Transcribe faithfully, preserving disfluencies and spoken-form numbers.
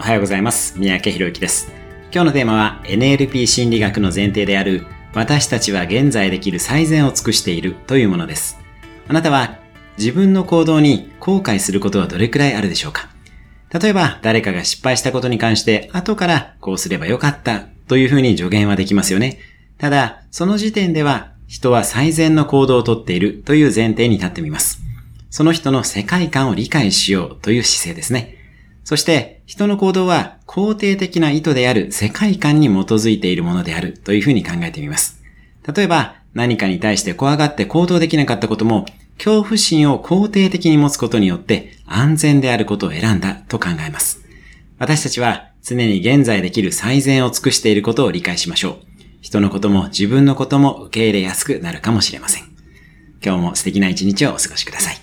おはようございます。三宅宏之です。今日のテーマは エヌエルピー 心理学の前提である私たちは現在できる最善を尽くしているというものです。あなたは自分の行動に後悔することはどれくらいあるでしょうか？例えば誰かが失敗したことに関して後からこうすればよかったというふうに助言はできますよね。ただその時点では人は最善の行動をとっているという前提に立ってみます。その人の世界観を理解しようという姿勢ですね。そして人の行動は肯定的な意図である世界観に基づいているものであるというふうに考えてみます。例えば何かに対して怖がって行動できなかったことも恐怖心を肯定的に持つことによって安全であることを選んだと考えます。私たちは常に現在できる最善を尽くしていることを理解しましょう。人のことも自分のことも受け入れやすくなるかもしれません。今日も素敵な一日をお過ごしください。